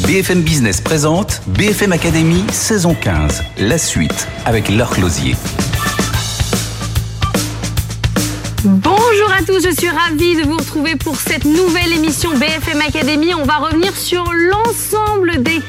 BFM Business présente BFM Academy saison 15, la suite avec Laure Closier. Bonjour à tous, je suis ravie de vous retrouver pour cette nouvelle émission BFM Academy. On va revenir sur l'ensemble des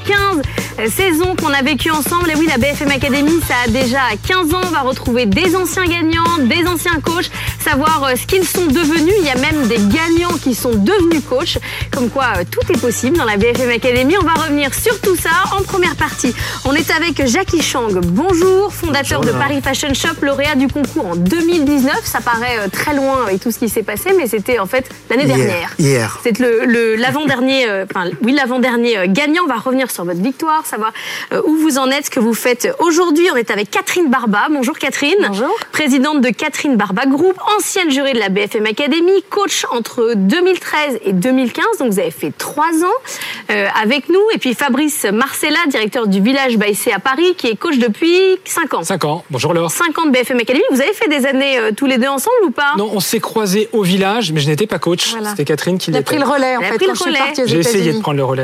15 saisons qu'on a vécues ensemble. Et oui, la BFM Academy, ça a déjà 15 ans. On va retrouver des anciens gagnants, des anciens coachs, savoir ce qu'ils sont devenus. Il y a même des gagnants qui sont devenus coachs. Comme quoi, tout est possible dans la BFM Academy. On va revenir sur tout ça en première partie. On est avec Jackie Chang. Bonjour, fondateur de Paris Fashion Shop, lauréat du concours en 2019. Ça paraît très loin avec tout ce qui s'est passé, mais c'était en fait l'année dernière. Hier. C'est l'avant-dernier, l'avant-dernier gagnant. On va revenir sur votre victoire, savoir où vous en êtes, ce que vous faites aujourd'hui. On est avec Catherine Barba. Bonjour Catherine. Bonjour. Présidente de Catherine Barba Group, ancienne jurée de la BFM Academy, coach entre 2013 et 2015. Donc vous avez fait 3 ans avec nous. Et puis Fabrice Marcella, directeur du Village Baissé à Paris, qui est coach depuis 5 ans. 5 ans. Bonjour Laure. 5 ans de BFM Academy. Vous avez fait des années tous les deux ensemble ou pas? Non, on s'est croisés au village, mais je n'étais pas coach. Voilà. C'était Catherine qui l'était. Elle a pris le relais, en fait, quand je suis partie aux J'ai essayé États-Unis. de prendre le relais.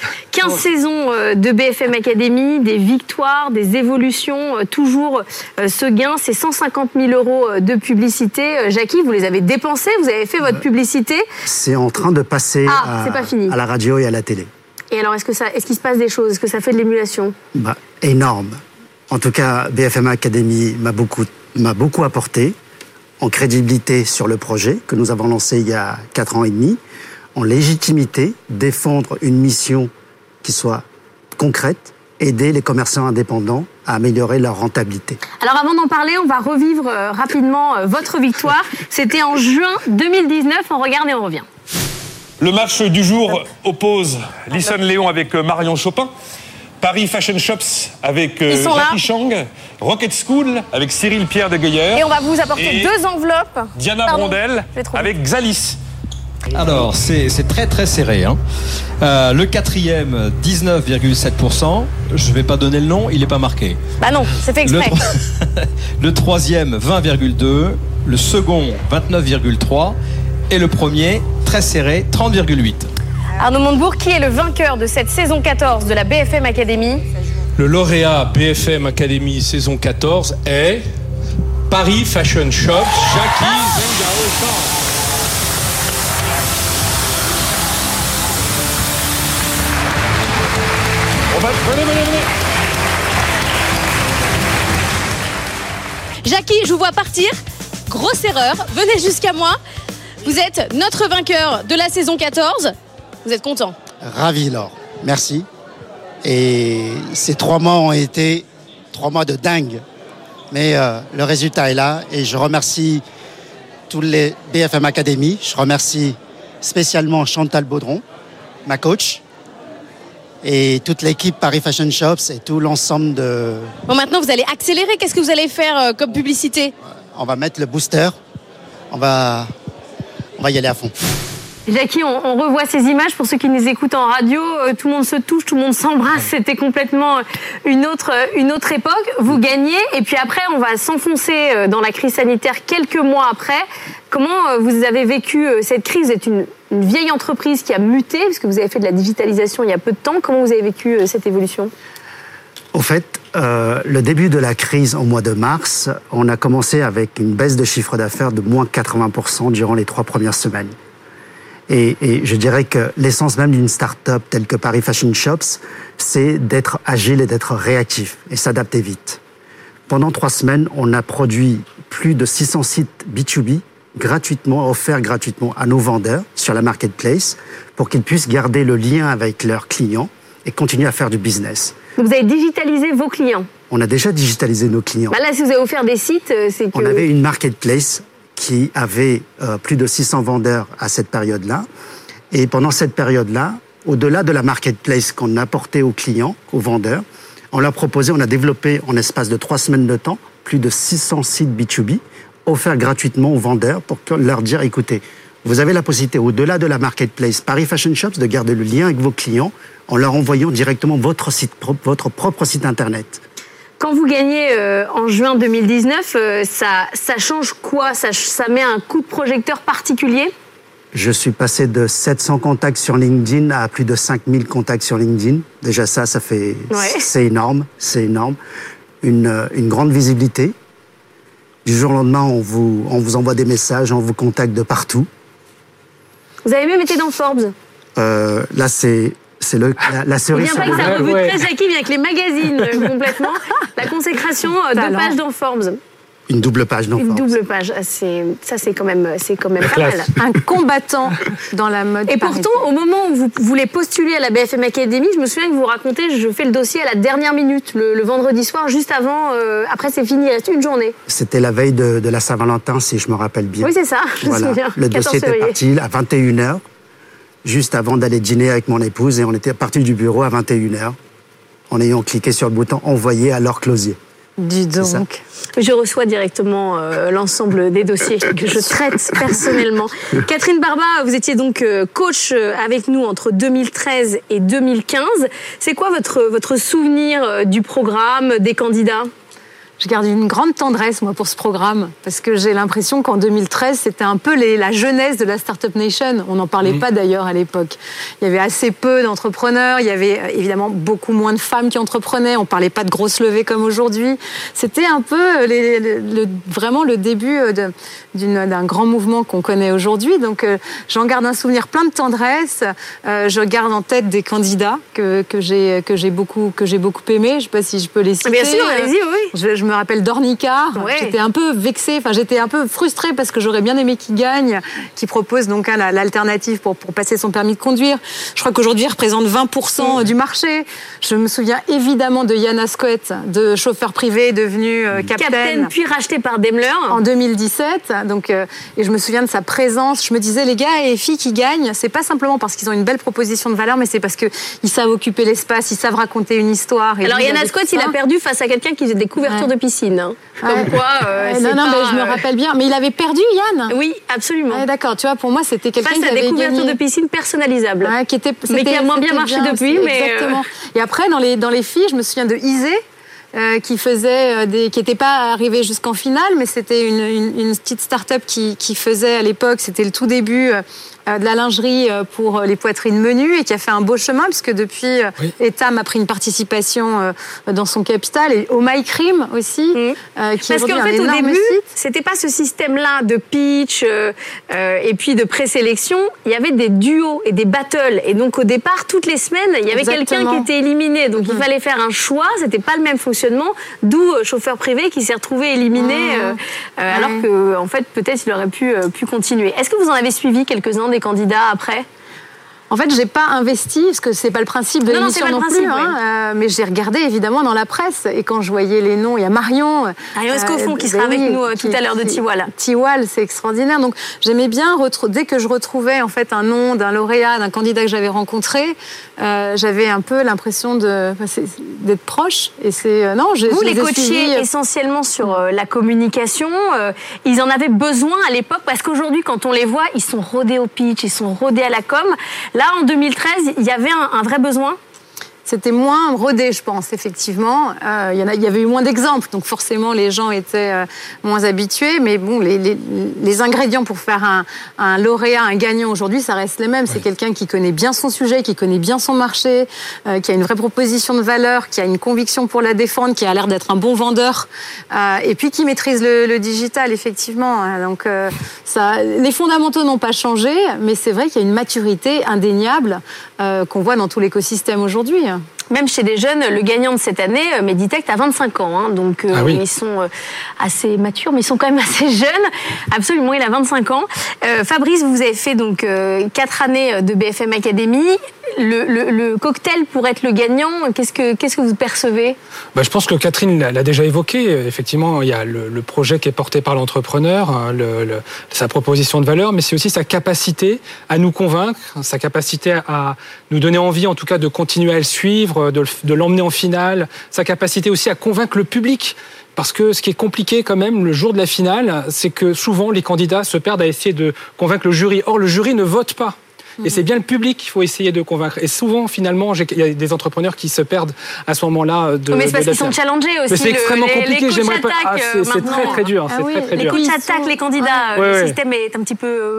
15 saisons de BFM Academy, des victoires, des évolutions, toujours ce gain, c'est 150 000 € de publicité. Jackie, vous les avez dépensés, vous avez fait votre publicité. C'est en train de passer c'est pas fini. à la radio et à la télé. Et alors, est-ce qu'il se passe des choses? Est-ce que ça fait de l'émulation? Énorme. En tout cas, BFM Academy m'a beaucoup apporté en crédibilité sur le projet que nous avons lancé il y a 4 ans et demi, en légitimité, défendre une mission qui soit concrète, aider les commerçants indépendants à améliorer leur rentabilité. Alors avant d'en parler, on va revivre rapidement votre victoire. C'était en juin 2019, on regarde et on revient. Le match du jour oppose Lison Léon avec Marion Chopin, Paris Fashion Shops avec Jackie Chang, Rocket School avec Cyril Pierre de Gueillère. Et on va vous apporter 2 enveloppes. Diana Brondel avec Xalis. Alors, c'est très très serré. Le quatrième, 19,7%. Je ne vais pas donner le nom, il n'est pas marqué. Bah non, c'est fait exprès. Le troisième, 20,2%. Le second, 29,3%. Et le premier, très serré, 30,8%. Arnaud Montebourg, qui est le vainqueur de cette saison 14 de la BFM Academy? Le lauréat BFM Academy saison 14 est Paris Fashion Shop, Jackie Zengao. Venez. Jackie, je vous vois partir. Grosse erreur. Venez jusqu'à moi. Vous êtes notre vainqueur de la saison 14. Vous êtes content? Ravi, Laure. Merci. Et ces 3 mois ont été 3 mois de dingue. Mais le résultat est là. Et je remercie tous les BFM Academy. Je remercie spécialement Chantal Baudron, ma coach, et toute l'équipe Paris Fashion Shops et tout l'ensemble de... Bon, maintenant, vous allez accélérer. Qu'est-ce que vous allez faire comme publicité? On va mettre le booster. On va y aller à fond. Jackie, on revoit ces images. Pour ceux qui nous écoutent en radio, tout le monde se touche, tout le monde s'embrasse. C'était complètement une autre époque. Vous gagnez et puis après, on va s'enfoncer dans la crise sanitaire quelques mois après. Comment vous avez vécu cette crise? Vous êtes une vieille entreprise qui a muté, parce que vous avez fait de la digitalisation il y a peu de temps. Comment vous avez vécu cette évolution? Au fait, le début de la crise au mois de mars, on a commencé avec une baisse de chiffre d'affaires de moins 80% durant les 3 premières semaines. Et je dirais que l'essence même d'une start-up telle que Paris Fashion Shops, c'est d'être agile et d'être réactif et s'adapter vite. Pendant 3 semaines, on a produit plus de 600 sites B2B offerts gratuitement à nos vendeurs sur la marketplace pour qu'ils puissent garder le lien avec leurs clients et continuer à faire du business. Donc vous avez digitalisé vos clients? On a déjà digitalisé nos clients. Là, si vous avez offert des sites, c'est que... On avait une marketplace qui avait plus de 600 vendeurs à cette période-là. Et pendant cette période-là, au-delà de la marketplace qu'on apportait aux clients, aux vendeurs, on leur proposait, on a développé en espace de 3 semaines de temps, plus de 600 sites B2B offerts gratuitement aux vendeurs pour leur dire, écoutez, vous avez la possibilité, au-delà de la marketplace Paris Fashion Shops, de garder le lien avec vos clients en leur envoyant directement votre propre site Internet. Quand vous gagnez en juin 2019, ça change quoi? Ça met un coup de projecteur particulier? Je suis passé de 700 contacts sur LinkedIn à plus de 5000 contacts sur LinkedIn. Déjà ça fait... C'est énorme, c'est énorme. Une grande visibilité. Du jour au lendemain, on vous envoie des messages, on vous contacte de partout. Vous avez même été dans Forbes. Là, c'est la cerise. Il vient pas avec sa revue de presse, Jackie, vient avec les magazines complètement. La consécration, 2 pages dans Forbes. Une double page dans Forbes. Une double page, ça c'est quand même pas mal. Un combattant dans la mode. Et pourtant, au moment où vous voulez postuler à la BFM Academy, je me souviens que vous racontez, je fais le dossier à la dernière minute, le vendredi soir, juste avant, après c'est fini, il reste une journée. C'était la veille de la Saint-Valentin, si je me rappelle bien. Oui, c'est ça, je me souviens. Le dossier était parti à 21h, juste avant d'aller dîner avec mon épouse, et on était parti du bureau à 21h, en ayant cliqué sur le bouton « Envoyer à Laure Closier ». Dis donc. Je reçois directement l'ensemble des dossiers que je traite personnellement. Catherine Barba, vous étiez donc coach avec nous entre 2013 et 2015. C'est quoi votre souvenir du programme, des candidats ? Je garde une grande tendresse, moi, pour ce programme, parce que j'ai l'impression qu'en 2013, c'était un peu la jeunesse de la Startup Nation. On n'en parlait pas d'ailleurs à l'époque. Il y avait assez peu d'entrepreneurs, il y avait évidemment beaucoup moins de femmes qui entreprenaient, on ne parlait pas de grosses levées comme aujourd'hui. C'était un peu vraiment le début d'un grand mouvement qu'on connaît aujourd'hui. Donc j'en garde un souvenir plein de tendresse. Je garde en tête des candidats que j'ai beaucoup aimés. Je ne sais pas si je peux les citer. Bien sûr, allez-y, oui. Je me rappelle d'Ornicar. Ouais. J'étais un peu vexée, j'étais un peu frustrée parce que j'aurais bien aimé qu'il gagne, qu'il propose donc l'alternative pour passer son permis de conduire. Je crois qu'aujourd'hui, il représente 20% du marché. Je me souviens évidemment de Yann Asquette, de chauffeur privé devenu capitaine. Puis racheté par Daimler. En 2017. Donc, et je me souviens de sa présence. Je me disais, les gars et les filles qui gagnent, c'est pas simplement parce qu'ils ont une belle proposition de valeur, mais c'est parce qu'ils savent occuper l'espace, ils savent raconter une histoire. Et alors Yann Asquette, il a perdu face à quelqu'un qui faisait des couvertures de piscine. Hein. Comme quoi, mais je me rappelle bien. Mais il avait perdu, Yann. Oui, absolument. D'accord, tu vois, pour moi, c'était quelqu'un qui avait gagné. Face à des couvertures de piscine personnalisables. Mais qui a moins bien marché depuis. Exactement. Et après, dans les filles, je me souviens de Isée. Qui n'était pas arrivé jusqu'en finale, mais c'était une petite start-up qui faisait à l'époque, c'était le tout début de la lingerie pour les poitrines menues et qui a fait un beau chemin puisque depuis Etam a pris une participation dans son capital et Oh My Cream aussi. Parce qu'en fait au début, c'était pas ce système-là de pitch et puis de présélection. Il y avait des duos et des battles et donc au départ toutes les semaines il y avait quelqu'un qui était éliminé. Donc il fallait faire un choix. C'était pas le même fonctionnement. D'où chauffeur privé qui s'est retrouvé éliminé alors que en fait peut-être il aurait pu continuer. Est-ce que vous en avez suivi quelques-uns des candidats après? En fait, j'ai pas investi, parce que c'est pas le principe de l'émission non plus, mais j'ai regardé évidemment dans la presse, et quand je voyais les noms, il y a Marion Escoffon qui sera avec nous tout à l'heure de Tiwal. Tiwal, c'est extraordinaire. Donc j'aimais bien, dès que je retrouvais en fait un nom d'un lauréat, d'un candidat que j'avais rencontré, j'avais un peu l'impression d'être proche. Et vous les coachiez essentiellement sur la communication. Ils en avaient besoin à l'époque, parce qu'aujourd'hui, quand on les voit, ils sont rodés au pitch, ils sont rodés à la com. Là, en 2013, il y avait un vrai besoin. C'était moins rodé, je pense, effectivement. Il y avait eu moins d'exemples, donc forcément, les gens étaient moins habitués. Mais bon, les ingrédients pour faire un lauréat, un gagnant aujourd'hui, ça reste les mêmes. C'est quelqu'un qui connaît bien son sujet, qui connaît bien son marché, qui a une vraie proposition de valeur, qui a une conviction pour la défendre, qui a l'air d'être un bon vendeur, et puis qui maîtrise le digital, effectivement. Donc, les fondamentaux n'ont pas changé, mais c'est vrai qu'il y a une maturité indéniable qu'on voit dans tout l'écosystème aujourd'hui. Même chez les jeunes, le gagnant de cette année, Meditech, a 25 ans. Hein, donc, ils sont assez matures, mais ils sont quand même assez jeunes. Absolument, il a 25 ans. Fabrice, vous avez fait donc 4 années de BFM Academy. Le cocktail pour être le gagnant, qu'est-ce que vous percevez ? Je pense que Catherine l'a déjà évoqué. Effectivement, il y a le projet qui est porté par l'entrepreneur, sa proposition de valeur, mais c'est aussi sa capacité à nous convaincre, sa capacité à nous donner envie, en tout cas, de continuer à le suivre, de l'emmener en finale, sa capacité aussi à convaincre le public. Parce que ce qui est compliqué quand même le jour de la finale, c'est que souvent les candidats se perdent à essayer de convaincre le jury. Or, le jury ne vote pas. Et c'est bien le public qu'il faut essayer de convaincre. Et souvent, finalement, il y a des entrepreneurs qui se perdent à ce moment-là. Mais c'est parce qu'ils sont challengés aussi. Mais c'est extrêmement compliqué. Les coachs attaquent c'est très très dur. Les coachs attaquent les candidats. Le système est un petit peu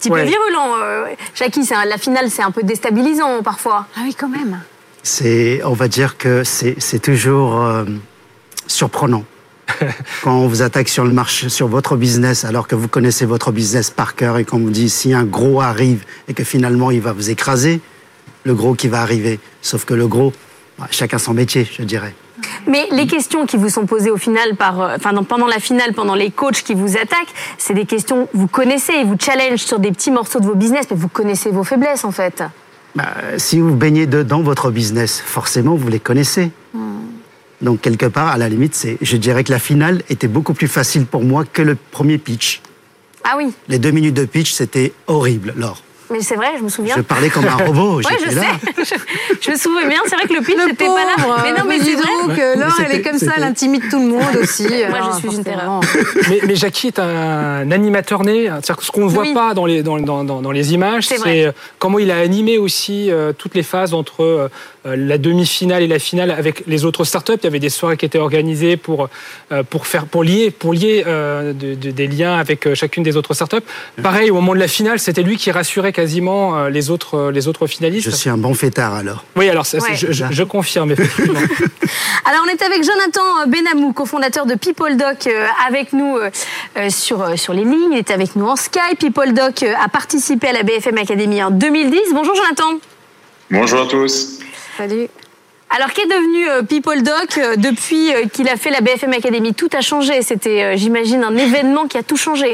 petit peu virulent. Jackie, la finale, c'est un peu déstabilisant parfois. Ah oui, quand même. On va dire que c'est toujours surprenant. Quand on vous attaque sur le marché, sur votre business, alors que vous connaissez votre business par cœur et qu'on vous dit si un gros arrive et que finalement il va vous écraser, le gros qui va arriver. Sauf que le gros, chacun son métier, je dirais. Mais les questions qui vous sont posées au final pendant la finale, pendant les coachs qui vous attaquent, c'est des questions que vous connaissez, ils vous challengent sur des petits morceaux de vos business, mais vous connaissez vos faiblesses en fait. Si vous baignez dans votre business, forcément vous les connaissez. Donc, quelque part, à la limite, je dirais que la finale était beaucoup plus facile pour moi que le premier pitch. Ah oui. Les 2 minutes de pitch, c'était horrible, Laure. Mais c'est vrai, je me souviens. Je parlais comme un robot, ouais, j'étais là. Je me souviens bien, c'est vrai que le pitch n'était pas là. Mais non, mais c'est vrai que Laure, elle est comme ça, elle intimide tout le monde aussi. Moi, je suis une terreur. Mais Jackie est un animateur né. C'est-à-dire que ce qu'on ne voit pas dans les images, c'est comment il a animé aussi toutes les phases entre la demi-finale et la finale avec les autres startups. Il y avait des soirées qui étaient organisées pour lier des liens avec chacune des autres startups. Pareil, au moment de la finale, c'était lui qui rassurait quasiment les autres finalistes. Je suis un bon fêtard alors. Oui, alors je confirme effectivement. Alors on est avec Jonathan Benamou, cofondateur de PeopleDoc, avec nous sur les lignes. Il est avec nous en Skype. PeopleDoc a participé à la BFM Academy en 2010. Bonjour Jonathan. Bonjour à tous. Salut. Alors, qu'est devenu PeopleDoc depuis qu'il a fait la BFM Academy? Tout a changé. C'était, j'imagine, un événement qui a tout changé.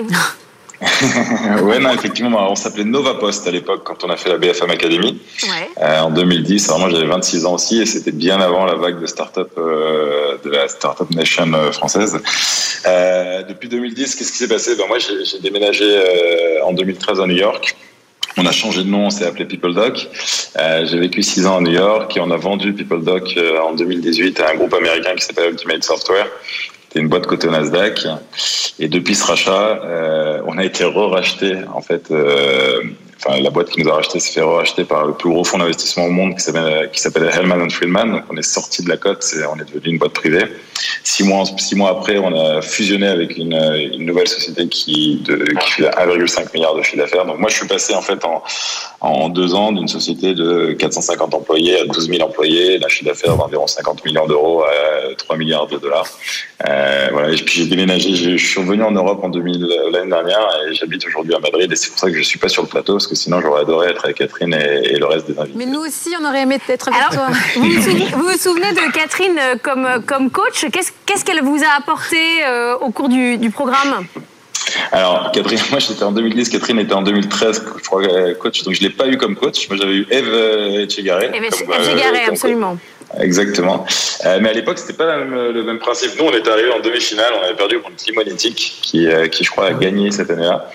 Ouais, non, effectivement, on s'appelait NovaPost à l'époque quand on a fait la BFM Academy. En 2010, vraiment, j'avais 26 ans aussi et c'était bien avant la vague de start-up, de la Startup Nation française. Depuis 2010, qu'est-ce qui s'est passé? Moi, j'ai déménagé en 2013 à New York. On a changé de nom, on s'est appelé PeopleDoc. J'ai vécu 6 ans à New York et on a vendu PeopleDoc en 2018 à un groupe américain qui s'appelle Ultimate Software. C'était une boîte cotée au Nasdaq. Et depuis ce rachat, on a été re-racheté. En fait, la boîte qui nous a racheté s'est fait racheter par le plus gros fonds d'investissement au monde qui s'appelle Hellman & Friedman. Donc on est sorti de la cote, on est devenu une boîte privée. 6 mois après, on a fusionné avec une nouvelle société qui fait 1,5 milliard de chiffre d'affaires. Donc moi, je suis passé en fait en 2 ans d'une société de 450 employés à 12 000 employés, d'un chiffre d'affaires d'environ 50 millions d'euros à 3 milliards de dollars. Voilà. Et puis j'ai déménagé, je suis revenu en Europe l'année dernière et j'habite aujourd'hui à Madrid. Et c'est pour ça que je suis pas sur le plateau parce que sinon j'aurais adoré être avec Catherine et le reste des invités. Mais nous aussi, on aurait aimé être avec toi. Vous vous souvenez de Catherine comme coach? Qu'est-ce qu'elle vous a apporté au cours du programme? Alors, Catherine, moi j'étais en 2010, Catherine était en 2013, je crois, coach, donc je ne l'ai pas eu comme coach. Moi j'avais eu Eve Echegaray. Eve Echegaray, absolument. Exactement. Mais à l'époque, c'était pas le même principe. Nous, on était arrivés en demi-finale, on avait perdu contre Limonetic, qui je crois, a gagné cette année-là.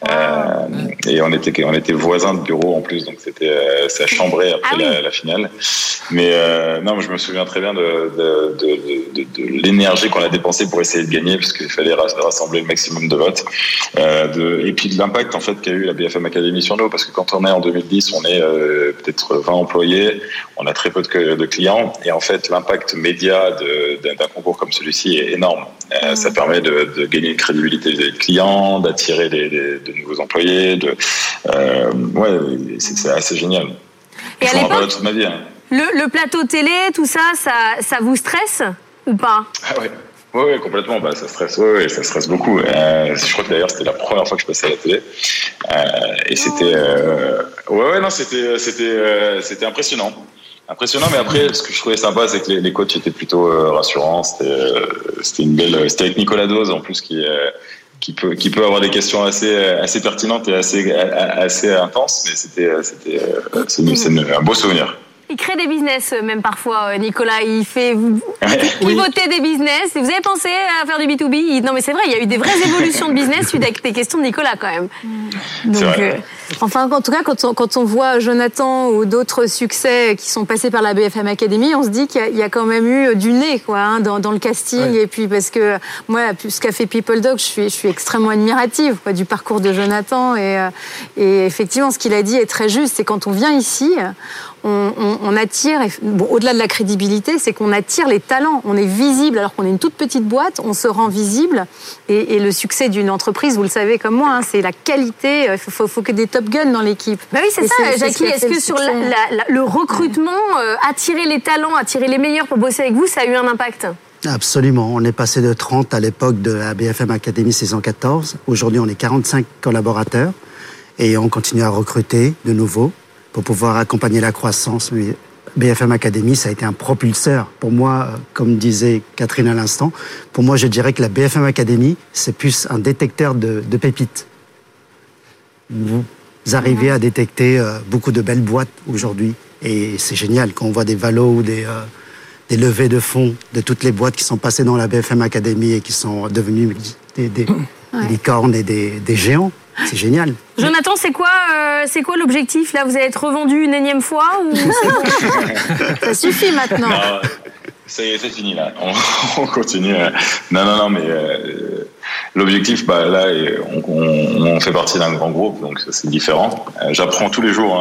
Et on était voisins de bureau en plus, donc ça chambrait après la finale. Mais non, je me souviens très bien de l'énergie qu'on a dépensée pour essayer de gagner, parce qu'il fallait rassembler le maximum de votes. Et puis de l'impact en fait qu'a eu la BFM Academy sur nous, parce que quand on est en 2010, on est peut-être 20 employés, on a très peu de clients. Et en fait, l'impact média d'un concours comme celui-ci est énorme. Ça permet de gagner une crédibilité des clients, d'attirer de nouveaux employés. C'est assez génial. Et je m'en rappelle toute ma vie. Le plateau télé, tout ça vous stresse ou pas? Ah ouais. Oui, complètement. Ça stresse. Oui, ça stresse beaucoup. Je crois que d'ailleurs c'était la première fois que je passais à la télé. Et c'était, c'était impressionnant. Mais après, ce que je trouvais sympa, c'est que les coachs étaient plutôt rassurants. C'était avec Nicolas Dose en plus qui peut avoir des questions assez pertinentes et assez intenses. Mais c'est un beau souvenir. Il crée des business, même parfois, Nicolas. Il fait pivoter des business. Vous avez pensé à faire du B2B? Non, mais c'est vrai, il y a eu des vraies évolutions de business suite avec des questions de Nicolas, quand même. Donc, Enfin, en tout cas, quand on voit Jonathan ou d'autres succès qui sont passés par la BFM Academy, on se dit qu'il y a quand même eu du nez, quoi, dans le casting. Ouais. Et puis parce que moi, ce qu'a fait People Dog, je suis extrêmement admirative, quoi, du parcours de Jonathan. Et effectivement, ce qu'il a dit est très juste. C'est quand on vient ici, on attire, au-delà de la crédibilité, c'est qu'on attire les talents. On est visible, alors qu'on est une toute petite boîte, on se rend visible. Et le succès d'une entreprise, vous le savez comme moi, c'est la qualité. Il faut que des Top Gun dans l'équipe. Bah oui, c'est ça, Jackie. Est-ce que sur le recrutement, attirer les talents, attirer les meilleurs pour bosser avec vous, ça a eu un impact ? Absolument. On est passé de 30 à l'époque de la BFM Academy saison 14. Aujourd'hui, on est 45 collaborateurs et on continue à recruter de nouveau pour pouvoir accompagner la croissance. Mais BFM Academy, ça a été un propulseur. Pour moi, comme disait Catherine à l'instant, pour moi, je dirais que la BFM Academy, c'est plus un détecteur de pépites. Vous arrivez à détecter beaucoup de belles boîtes aujourd'hui. Et c'est génial quand on voit des valos ou des levées de fonds de toutes les boîtes qui sont passées dans la BFM Academy et qui sont devenues des licornes et des géants. C'est génial. Jonathan, c'est quoi l'objectif là ? Vous allez être revendu une énième fois ou ça suffit maintenant. Non, c'est fini là. On continue. Non, mais l'objectif, là, on fait partie d'un grand groupe, donc c'est différent. J'apprends tous les jours.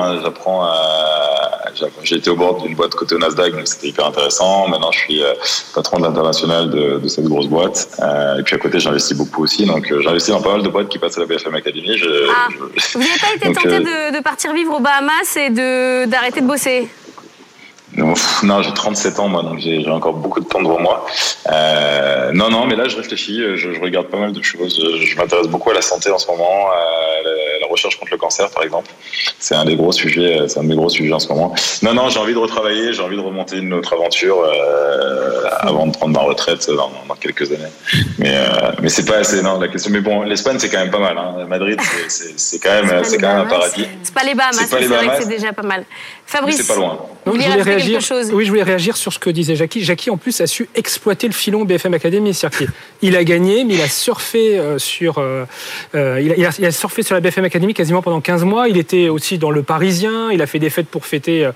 J'ai été au bord d'une boîte côté Nasdaq, donc c'était hyper intéressant. Maintenant, je suis patron de l'international de cette grosse boîte. Et puis à côté, j'investis beaucoup aussi. Donc, j'investis dans pas mal de boîtes qui passent à la BFM Academy. Vous n'avez pas été tenté de partir vivre aux Bahamas et d'arrêter de bosser ? Non, j'ai 37 ans, moi, donc j'ai encore beaucoup de temps devant moi. Non, mais là, je réfléchis, je regarde pas mal de choses. Je m'intéresse beaucoup à la santé en ce moment, à la recherche contre le cancer, par exemple. C'est un de mes gros sujets en ce moment. Non, j'ai envie de retravailler, j'ai envie de remonter une autre aventure avant de prendre ma retraite dans quelques années. Mais c'est pas assez, non, la question. Mais bon, l'Espagne, c'est quand même pas mal. Hein. Madrid, c'est quand même un paradis. C'est pas les Bahamas, c'est vrai que c'est déjà pas mal. Fabrice, c'est pas loin. Vous voulez rajouter quelque chose ? Oui, je voulais réagir sur ce que disait Jackie. Jackie, en plus, a su exploiter le filon BFM Academy. C'est-à-dire qu'il a gagné, mais il a surfé sur la BFM Academy quasiment pendant 15 mois. Il était aussi dans le Parisien. Il a fait des fêtes pour fêter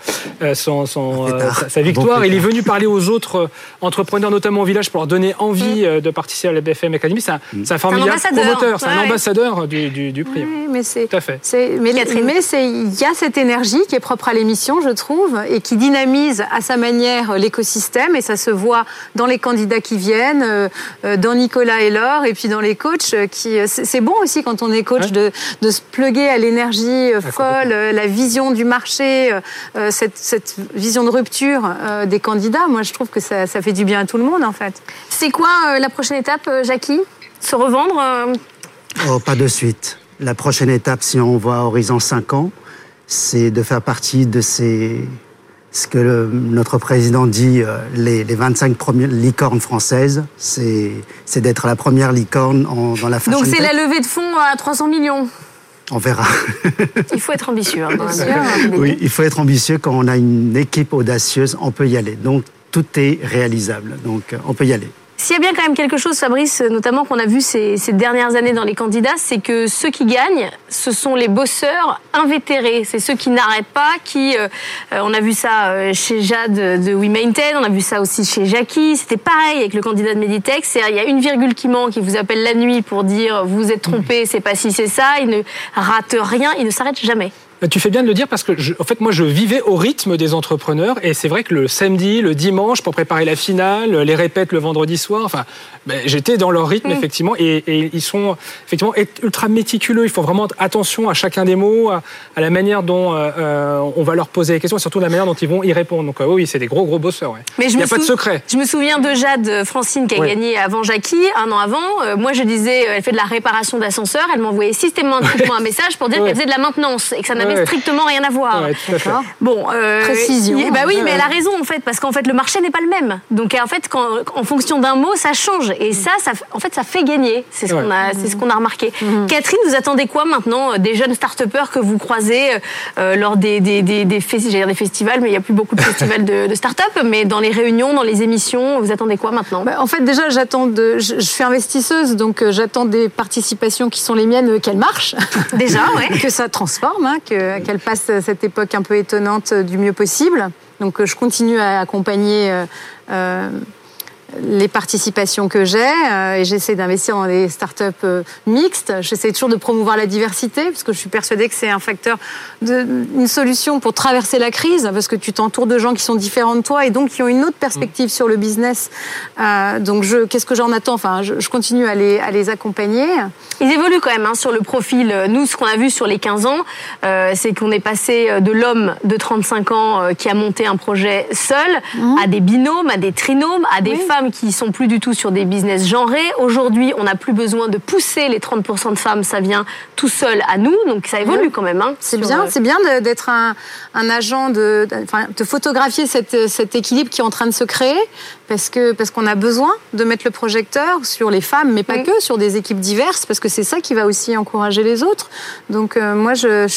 sa victoire. Il est venu parler aux autres entrepreneurs, notamment au village, pour leur donner envie de participer à la BFM Academy. C'est un formidable promoteur. C'est un ambassadeur du prix. Oui, mais tout à fait. Mais il y a cette énergie qui est propre à l'émission, je trouve, et qui dynamise à sa manière l'écosystème, et ça se voit dans les candidats qui viennent, dans Nicolas et Laure, et puis dans les coachs. C'est bon aussi quand on est coach de se plugger à l'énergie folle, la vision du marché, cette vision de rupture des candidats. Moi, je trouve que ça fait du bien à tout le monde, en fait. C'est quoi la prochaine étape, Jackie ? Se revendre pas de suite. La prochaine étape, si on voit à horizon 5 ans, c'est de faire partie de ce que notre président dit, les 25 premières licornes françaises, c'est d'être la première licorne dans la fashion. Donc c'est la levée de fonds à 300 millions. On verra. Il faut être ambitieux. Oui, il faut être ambitieux. Quand on a une équipe audacieuse, on peut y aller. Donc tout est réalisable. Donc on peut y aller. S'il y a bien quand même quelque chose, Fabrice, notamment qu'on a vu ces dernières années dans les candidats, c'est que ceux qui gagnent, ce sont les bosseurs invétérés. C'est ceux qui n'arrêtent pas, on a vu ça chez Jade de We Maintain, on a vu ça aussi chez Jackie. C'était pareil avec le candidat de Meditech. Il y a une virgule qui manque, il vous appelle la nuit pour dire vous êtes trompé, c'est pas ci, c'est ça. Il ne rate rien, il ne s'arrête jamais. Tu fais bien de le dire parce que, moi, je vivais au rythme des entrepreneurs et c'est vrai que le samedi, le dimanche, pour préparer la finale, les répètes le vendredi soir, j'étais dans leur rythme, effectivement, et ils sont, effectivement, ultra méticuleux. Ils font vraiment attention à chacun des mots, à la manière dont on va leur poser les questions et surtout la manière dont ils vont y répondre. Donc, oui, c'est des gros bosseurs, ouais. Mais il n'y a pas de secret. Je me souviens de Jade Francine qui a gagné avant Jackie, un an avant. Moi, je disais, elle fait de la réparation d'ascenseur. Elle m'envoyait systématiquement un message pour dire qu'elle faisait de la maintenance et que ça n'avait n'avait strictement rien à voir. Ouais, tout à fait. Bon, précision. Bah oui, mais elle a raison en fait, parce qu'en fait le marché n'est pas le même. Donc en fait, en fonction d'un mot, ça change. Et ça fait gagner. C'est ce qu'on a, c'est ce qu'on a remarqué. Catherine, vous attendez quoi maintenant des jeunes start-upers que vous croisez lors des festivals, mais il n'y a plus beaucoup de festivals de start-up, mais dans les réunions, dans les émissions, vous attendez quoi maintenant? En fait, déjà, je suis investisseuse, donc j'attends des participations qui sont les miennes, qu'elles marchent. Déjà, ouais. Que ça transforme, qu'elles passent cette époque un peu étonnante du mieux possible. Donc je continue à accompagner les participations que j'ai et j'essaie d'investir dans des startups mixtes. J'essaie toujours de promouvoir la diversité parce que je suis persuadée que c'est un facteur, une solution pour traverser la crise parce que tu t'entoures de gens qui sont différents de toi et donc qui ont une autre perspective sur le business. Donc qu'est-ce que j'en attends? Enfin, je continue à les accompagner. Ils évoluent quand même sur le profil. Nous, ce qu'on a vu sur les 15 ans, c'est qu'on est passé de l'homme de 35 ans qui a monté un projet seul à des binômes, à des trinômes, à des femmes qui sont plus du tout sur des business genrés. Aujourd'hui, on n'a plus besoin de pousser les 30% de femmes, ça vient tout seul à nous, donc ça évolue quand même. C'est bien d'être un agent, de photographier cet équilibre qui est en train de se créer, parce qu'on a besoin de mettre le projecteur sur les femmes, mais pas que, sur des équipes diverses, parce que c'est ça qui va aussi encourager les autres. Donc moi,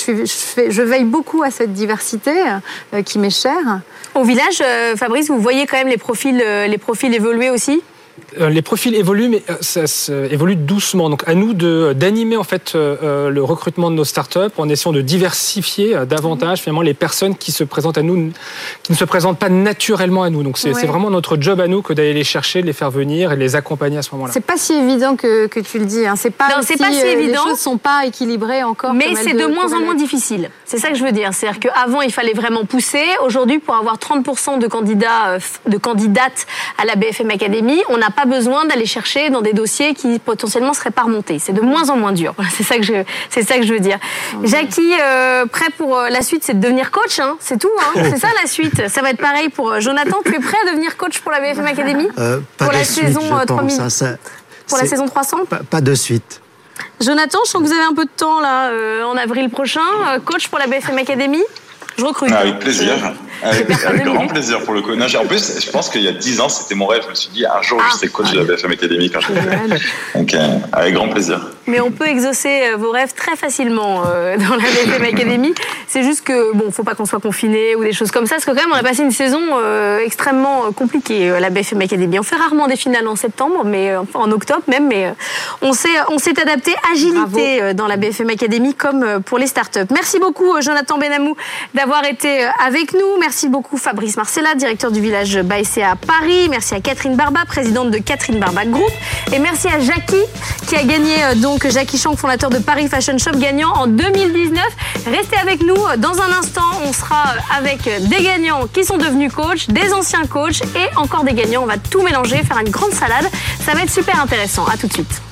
je veille beaucoup à cette diversité qui m'est chère. Au village, Fabrice, vous voyez quand même les profils évoluer aussi? Les profils évoluent, mais ça évolue doucement. Donc, à nous d'animer en fait le recrutement de nos startups en essayant de diversifier davantage finalement les personnes qui se présentent à nous, qui ne se présentent pas naturellement à nous. Donc, c'est vraiment notre job à nous que d'aller les chercher, de les faire venir et de les accompagner à ce moment-là. C'est pas si évident que tu le dis. C'est pas si évident. Les choses sont pas équilibrées encore. Mais c'est de moins en moins difficile. C'est ça que je veux dire. C'est-à-dire qu'avant, il fallait vraiment pousser. Aujourd'hui, pour avoir 30% de candidates à la BFM Academy, on n'a pas besoin d'aller chercher dans des dossiers qui potentiellement seraient pas remontés. C'est de moins en moins dur. C'est ça que je veux dire. Jackie, prêt pour la suite, c'est de devenir coach, c'est tout. C'est ça la suite. Ça va être pareil pour Jonathan. Tu es prêt à devenir coach pour la BFM Academy pour la saison 3000 pour la saison 300? Pas de suite. Jonathan, je sens que vous avez un peu de temps là en avril prochain. Coach pour la BFM Academy. Je recrute. Avec plaisir. Avec grand plaisir pour le coup. Non, en plus, je pense qu'il y a 10 ans, c'était mon rêve. Je me suis dit, un jour, je serai coach de la BFM Academy quand je serai. Donc, avec grand plaisir. Mais on peut exaucer vos rêves très facilement dans la BFM Academy. C'est juste que, faut pas qu'on soit confiné ou des choses comme ça. Parce que quand même, on a passé une saison extrêmement compliquée à la BFM Academy. On fait rarement des finales en septembre, mais en octobre même. Mais on s'est adapté. Agilité dans la BFM Academy comme pour les startups. Merci beaucoup, Jonathan Benamou, d'avoir été avec nous. Merci beaucoup Fabrice Marcella, directeur du village BAECA à Paris. Merci à Catherine Barba, présidente de Catherine Barba Group. Et merci à Jackie qui a gagné, Jackie Chang, fondateur de Paris Fashion Shop, gagnant en 2019. Restez avec nous. Dans un instant, on sera avec des gagnants qui sont devenus coachs, des anciens coachs et encore des gagnants. On va tout mélanger, faire une grande salade. Ça va être super intéressant. À tout de suite.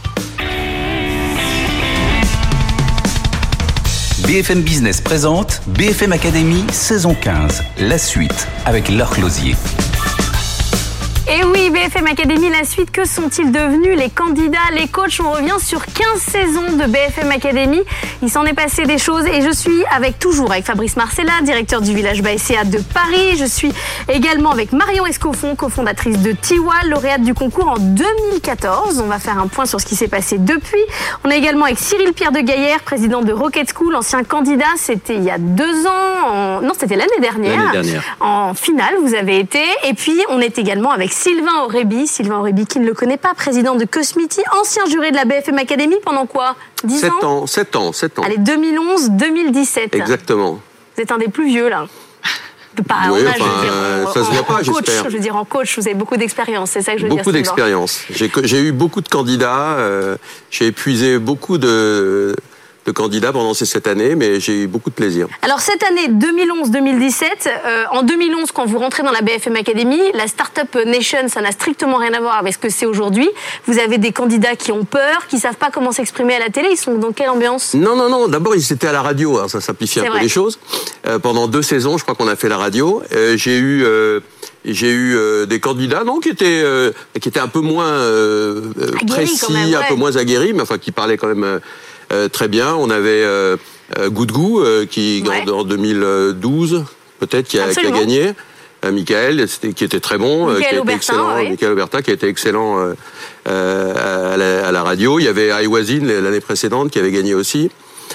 BFM Business présente BFM Academy saison 15, la suite avec Laure Closier. Et oui, BFM Academy, la suite, que sont-ils devenus les candidats, les coachs? On revient sur 15 saisons de BFM Academy. Il s'en est passé des choses et je suis toujours avec Fabrice Marcella, directeur du village BAECA de Paris. Je suis également avec Marion Escoffon, cofondatrice de Tiwa, lauréate du concours en 2014. On va faire un point sur ce qui s'est passé depuis. On est également avec Cyril Pierre de Gaillère, président de Rocket School, ancien candidat. C'était il y a 2 ans. Non, c'était l'année dernière. En finale, vous avez été. Et puis, on est également avec Sylvain Aurébi, qui ne le connaît pas, président de Cosmity, ancien juré de la BFM Academy pendant quoi? 10 ans 7 ans. Allez, 2011-2017. Exactement. Vous êtes un des plus vieux, là. Ça se voit pas, j'espère. Je veux dire, en coach, vous avez beaucoup d'expérience, c'est ça que je veux dire. Beaucoup d'expérience. J'ai eu beaucoup de candidats, j'ai épuisé beaucoup de candidats pendant ces 7 années, mais j'ai eu beaucoup de plaisir. Alors cette année 2011-2017, en 2011, quand vous rentrez dans la BFM Academy, la Startup Nation, ça n'a strictement rien à voir avec ce que c'est aujourd'hui. Vous avez des candidats qui ont peur, qui savent pas comment s'exprimer à la télé. Ils sont dans quelle ambiance? Non. D'abord, ils étaient à la radio. Alors, ça simplifie un peu les choses. Pendant 2 saisons, je crois qu'on a fait la radio. J'ai eu des candidats qui étaient un peu moins précis, un peu moins aguerris, mais qui parlaient quand même très bien. On avait Good Goo, qui en 2012 peut-être qui a gagné. Michael, qui était très bon, Michael qui Aubertin, était excellent. Michael Aubertin, qui a été excellent à la radio. Il y avait I Was In l'année précédente qui avait gagné aussi.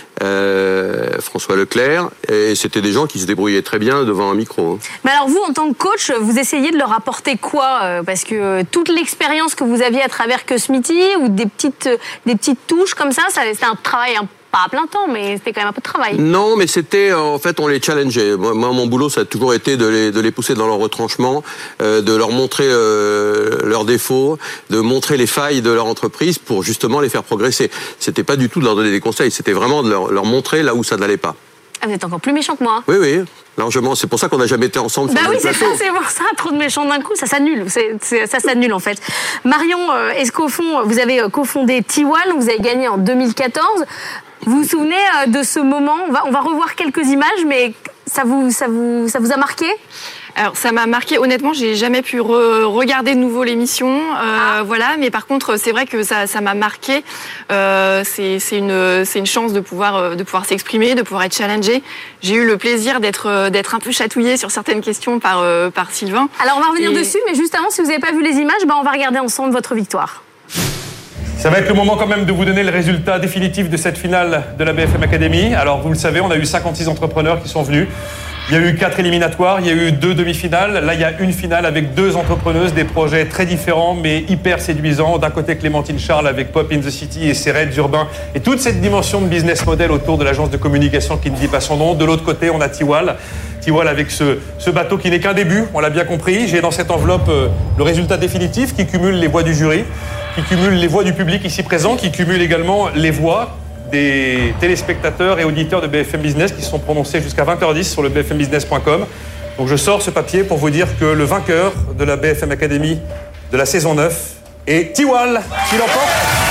François Leclerc, et c'était des gens qui se débrouillaient très bien devant un micro. Mais alors vous, en tant que coach, vous essayez de leur apporter quoi? Parce que toute l'expérience que vous aviez à travers Cosmity ou des petites touches comme ça c'était un travail pas à plein temps, mais c'était quand même un peu de travail. Non, mais c'était, en fait, on les challengeait. Moi, mon boulot, ça a toujours été de les pousser dans leur retranchement, de leur montrer leurs défauts, de montrer les failles de leur entreprise pour justement les faire progresser. C'était pas du tout de leur donner des conseils, c'était vraiment de leur montrer là où ça n'allait pas. Ah, vous êtes encore plus méchant que moi. Oui, largement. C'est pour ça qu'on n'a jamais été ensemble sur le plateau. C'est pour ça, trop de méchants d'un coup, ça s'annule. Ça s'annule en fait. Marion, est-ce qu'au fond, vous avez cofondé Tiwal, vous avez gagné en 2014. Vous vous souvenez de ce moment? On va revoir quelques images, mais ça vous a marqué? Alors ça m'a marqué, honnêtement, j'ai jamais pu regarder de nouveau l'émission, voilà. Mais par contre, c'est vrai que ça m'a marqué. C'est une chance de pouvoir s'exprimer, de pouvoir être challengé. J'ai eu le plaisir d'être un peu chatouillée sur certaines questions par Sylvain. Alors on va revenir dessus, mais juste avant, si vous n'avez pas vu les images, on va regarder ensemble votre victoire. Ça va être le moment quand même de vous donner le résultat définitif de cette finale de la BFM Academy. Alors vous le savez, on a eu 56 entrepreneurs qui sont venus. Il y a eu 4 éliminatoires, il y a eu 2 demi-finales. Là, il y a une finale avec 2 entrepreneuses, des projets très différents mais hyper séduisants. D'un côté, Clémentine Charles avec Pop in the City et ses raids urbains et toute cette dimension de business model autour de l'agence de communication qui ne dit pas son nom. De l'autre côté, on a Tiwal. Tiwal avec ce bateau qui n'est qu'un début, on l'a bien compris. J'ai dans cette enveloppe le résultat définitif qui cumule les voix du jury, qui cumule les voix du public ici présent, qui cumule également les voix des téléspectateurs et auditeurs de BFM Business qui se sont prononcés jusqu'à 20h10 sur le bfmbusiness.com. Donc je sors ce papier pour vous dire que le vainqueur de la BFM Academy de la saison 9 est Tiwal qui l'emporte.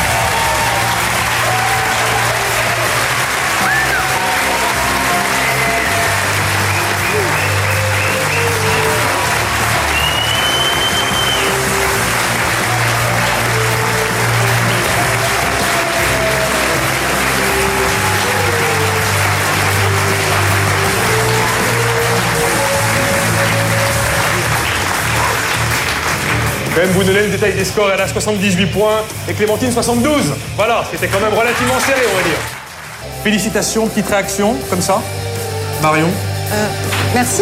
Je vais même vous donner le détail des scores. Elle a 78 points et Clémentine 72. Voilà, c'était quand même relativement serré, on va dire. Félicitations, petite réaction, comme ça. Marion. Merci.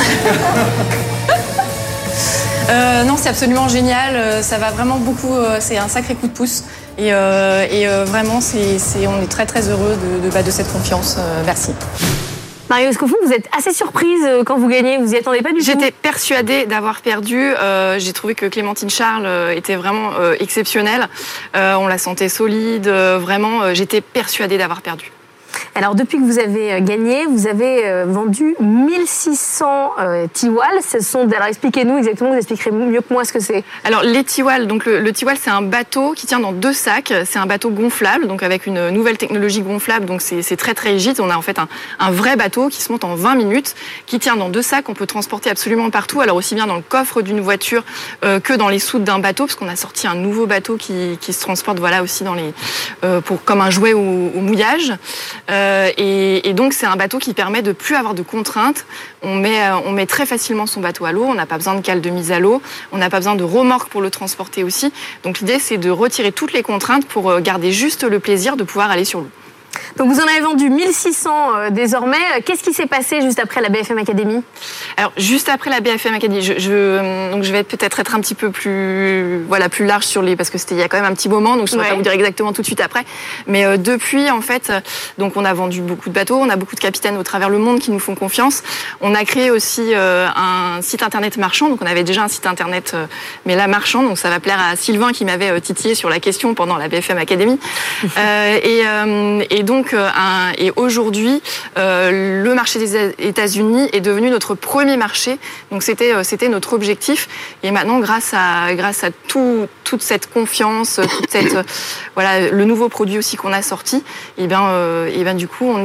Non, c'est absolument génial. Ça va vraiment beaucoup. C'est un sacré coup de pouce. Et vraiment, on est très très heureux de cette confiance. Merci. Mario, est-ce qu'au fond, vous êtes assez surprise quand vous gagnez? Vous n'y attendez pas du tout? J'étais persuadée d'avoir perdu. J'ai trouvé que Clémentine Charles était vraiment exceptionnelle. On la sentait solide. Vraiment, j'étais persuadée d'avoir perdu. Alors, depuis que vous avez gagné, vous avez vendu 1600 Tiwal. Alors, expliquez-nous exactement, vous expliquerez mieux que moi ce que c'est. Alors, les Tiwal, donc le Tiwal, c'est un bateau qui tient dans 2 sacs. C'est un bateau gonflable, donc avec une nouvelle technologie gonflable. Donc, c'est très, très rigide. On a en fait un vrai bateau qui se monte en 20 minutes, qui tient dans 2 sacs. On peut transporter absolument partout. Alors, aussi bien dans le coffre d'une voiture que dans les soutes d'un bateau, parce qu'on a sorti un nouveau bateau qui se transporte, voilà, aussi dans comme un jouet au mouillage. Et donc c'est un bateau qui permet de plus avoir de contraintes. On met très facilement son bateau à l'eau. On n'a pas besoin de cale de mise à l'eau. On n'a pas besoin de remorque pour le transporter aussi. Donc l'idée c'est de retirer toutes les contraintes pour garder juste le plaisir de pouvoir aller sur l'eau. Donc vous en avez vendu 1600 désormais. Qu'est-ce qui s'est passé juste après la BFM Academy? Alors juste après la BFM Academy, donc je vais peut-être être un petit peu plus large sur parce que c'était il y a quand même un petit moment, donc je ne saurais pas vous dire exactement tout de suite après. Mais depuis en fait, donc on a vendu beaucoup de bateaux, on a beaucoup de capitaines au travers le monde qui nous font confiance. On a créé aussi un site internet marchand, donc on avait déjà un site internet mais là marchand, donc ça va plaire à Sylvain qui m'avait titillé sur la question pendant la BFM Academy. Et donc et aujourd'hui, le marché des États-Unis est devenu notre premier marché. Donc c'était notre objectif. Et maintenant, grâce à toute cette confiance, toute cette le nouveau produit aussi qu'on a sorti, et ben du coup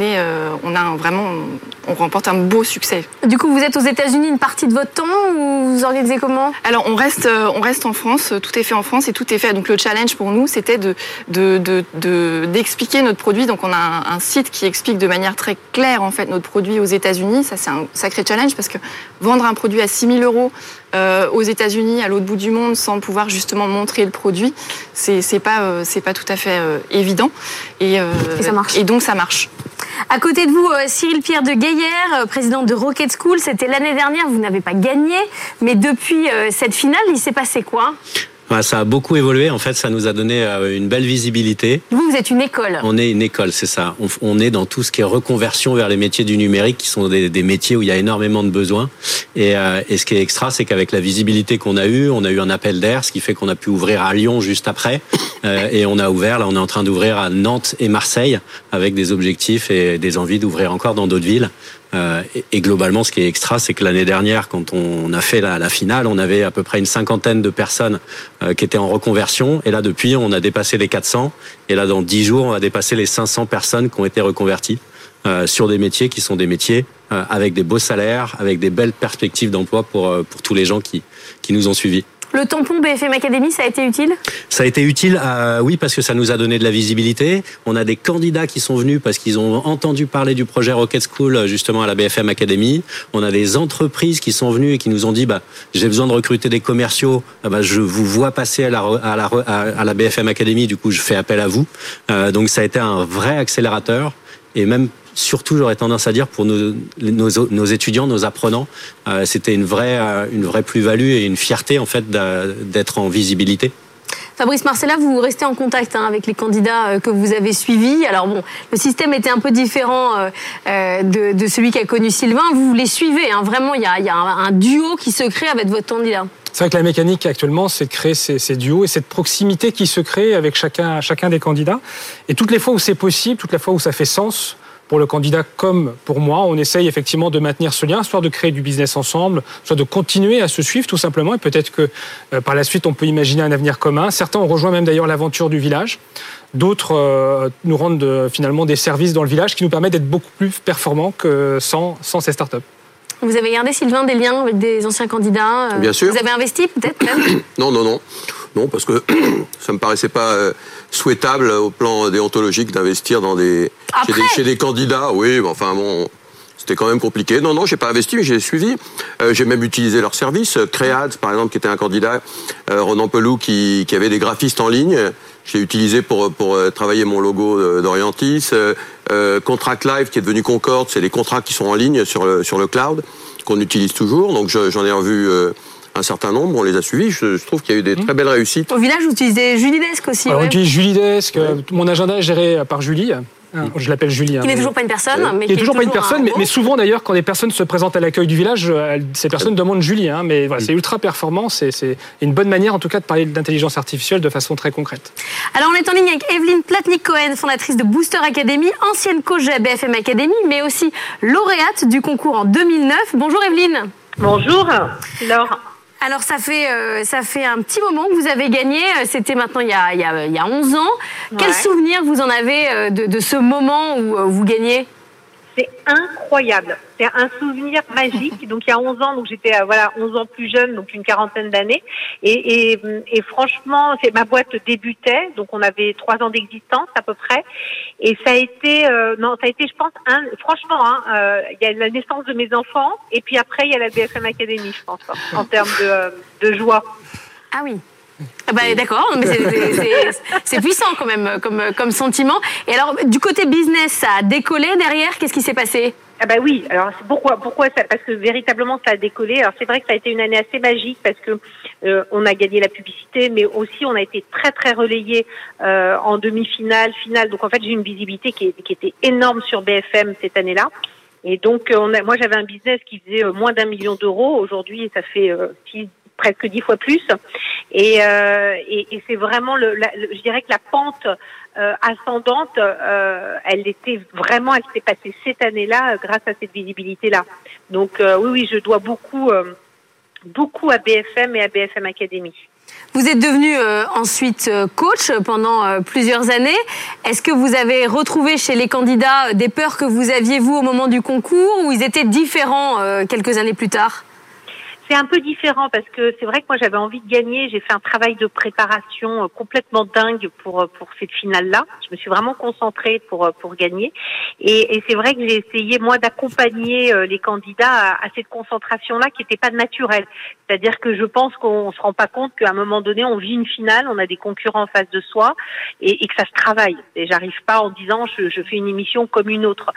on remporte un beau succès. Du coup, vous êtes aux États-Unis une partie de votre temps ou vous organisez comment? Alors on reste en France. Tout est fait en France et tout est fait. Donc le challenge pour nous, c'était d'expliquer notre produit. Donc on a un site qui explique de manière très claire en fait notre produit aux États-Unis. Ça, c'est un sacré challenge parce que vendre un produit à 6 000 euros aux États-Unis, à l'autre bout du monde, sans pouvoir justement montrer le produit, c'est pas tout à fait évident. Et ça marche. Et donc ça marche. À côté de vous, Cyril Pierre de Gaillère, présidente de Rocket School. C'était l'année dernière, vous n'avez pas gagné, mais depuis cette finale, il s'est passé quoi ? Ça a beaucoup évolué. En fait, ça nous a donné une belle visibilité. Vous êtes une école. On est une école, c'est ça. On est dans tout ce qui est reconversion vers les métiers du numérique, qui sont des métiers où il y a énormément de besoins. Et ce qui est extra, c'est qu'avec la visibilité qu'on a eue, on a eu un appel d'air, ce qui fait qu'on a pu ouvrir à Lyon juste après. Et on a ouvert, là, on est en train d'ouvrir à Nantes et Marseille, avec des objectifs et des envies d'ouvrir encore dans d'autres villes. Et globalement, ce qui est extra, c'est que l'année dernière, quand on a fait la finale, on avait à peu près une 50aine de personnes qui étaient en reconversion. Et là, depuis, on a dépassé les 400. Et là, dans 10 jours, on va dépasser les 500 personnes qui ont été reconverties sur des métiers qui sont des métiers avec des beaux salaires, avec des belles perspectives d'emploi pour tous les gens qui nous ont suivis. Le tampon BFM Academy, ça a été utile ? Ça a été utile, oui, parce que ça nous a donné de la visibilité. On a des candidats qui sont venus parce qu'ils ont entendu parler du projet Rocket School, justement, à la BFM Academy. On a des entreprises qui sont venues et qui nous ont dit, j'ai besoin de recruter des commerciaux. Je vous vois passer à la BFM Academy, du coup, je fais appel à vous. Donc, ça a été un vrai accélérateur. Et même, surtout, j'aurais tendance à dire, pour nos étudiants, nos apprenants, c'était une vraie plus-value et une fierté, en fait, d'être en visibilité. Fabrice Marcella, vous restez en contact avec les candidats que vous avez suivis. Alors bon, le système était un peu différent de celui qu'a connu Sylvain. Vous les suivez, hein. Vraiment, il y a un duo qui se crée avec votre candidat. C'est vrai que la mécanique actuellement, c'est de créer ces duos et cette proximité qui se crée avec chacun des candidats. Et toutes les fois où c'est possible, toutes les fois où ça fait sens, pour le candidat comme pour moi, on essaye effectivement de maintenir ce lien, soit de créer du business ensemble, soit de continuer à se suivre tout simplement. Et peut-être que par la suite, on peut imaginer un avenir commun. Certains ont rejoint même d'ailleurs l'aventure du village. D'autres nous rendent finalement des services dans le village qui nous permettent d'être beaucoup plus performants que sans ces startups. Vous avez gardé, Sylvain, des liens avec des anciens candidats ? Bien sûr. Vous avez investi peut-être même ? Non, parce que ça me paraissait pas souhaitable au plan déontologique d'investir dans chez des candidats. Oui, mais enfin bon, c'était quand même compliqué. Non, j'ai pas investi, mais j'ai suivi. J'ai même utilisé leurs services. Créads, par exemple, qui était un candidat, Ronan Pelou, qui avait des graphistes en ligne. J'ai utilisé pour travailler mon logo d'Orientis. Contract Live, qui est devenu Concorde, c'est les contrats qui sont en ligne sur le cloud, qu'on utilise toujours. Donc j'en ai revu un certain nombre, on les a suivis. Je trouve qu'il y a eu des très belles réussites. Au village, vous utilisez Julidesk aussi. Alors, on utilise Julidesk. Mon agenda est géré par Julie. Je l'appelle Julie. Qui n'est toujours pas une personne. Mais qui n'est toujours pas une personne, mais souvent d'ailleurs, quand des personnes se présentent à l'accueil du village, ces personnes demandent Julie. Mais voilà, c'est ultra performant. C'est une bonne manière, en tout cas, de parler d'intelligence artificielle de façon très concrète. Alors, on est en ligne avec Evelyne Platnik-Cohen, fondatrice de Booster Academy, ancienne coach à BFM Academy, mais aussi lauréate du concours en 2009. Bonjour Evelyne. Bonjour Laure. Alors ça fait un petit moment que vous avez gagné, c'était maintenant il y a 11 ans. Ouais. Quel souvenir vous en avez de ce moment où vous gagnez ? C'est incroyable, c'est un souvenir magique. Donc il y a 11 ans, donc j'étais 11 ans plus jeune, donc une quarantaine d'années. Et franchement, ma boîte débutait, donc on avait 3 ans d'existence à peu près. Et ça a été, je pense, il y a la naissance de mes enfants, et puis après il y a la BFM Academy, je pense, en termes de joie. Ah oui. D'accord, mais c'est puissant quand même comme sentiment. Et alors, du côté business, ça a décollé derrière. Qu'est-ce qui s'est passé ? Oui, alors pourquoi ça ? Parce que véritablement ça a décollé. Alors c'est vrai que ça a été une année assez magique parce que on a gagné la publicité, mais aussi on a été très très relayé en demi-finale, finale. Donc en fait j'ai une visibilité qui était énorme sur BFM cette année-là. Et donc moi j'avais un business qui faisait moins d'1 million d'euros. Aujourd'hui ça fait presque 10 fois plus. Et c'est vraiment je dirais que la pente ascendante, elle s'est passée cette année-là grâce à cette visibilité-là. Donc oui, je dois beaucoup à BFM et à BFM Academy. Vous êtes devenu ensuite coach pendant plusieurs années. Est-ce que vous avez retrouvé chez les candidats des peurs que vous aviez vous au moment du concours ou ils étaient différents quelques années plus tard ? C'est un peu différent parce que c'est vrai que moi j'avais envie de gagner. J'ai fait un travail de préparation complètement dingue pour cette finale-là. Je me suis vraiment concentrée pour gagner. Et c'est vrai que j'ai essayé moi d'accompagner les candidats à cette concentration-là qui n'était pas naturelle. C'est-à-dire que je pense qu'on se rend pas compte qu'à un moment donné on vit une finale, on a des concurrents en face de soi et que ça se travaille. Et j'arrive pas en disant je fais une émission comme une autre.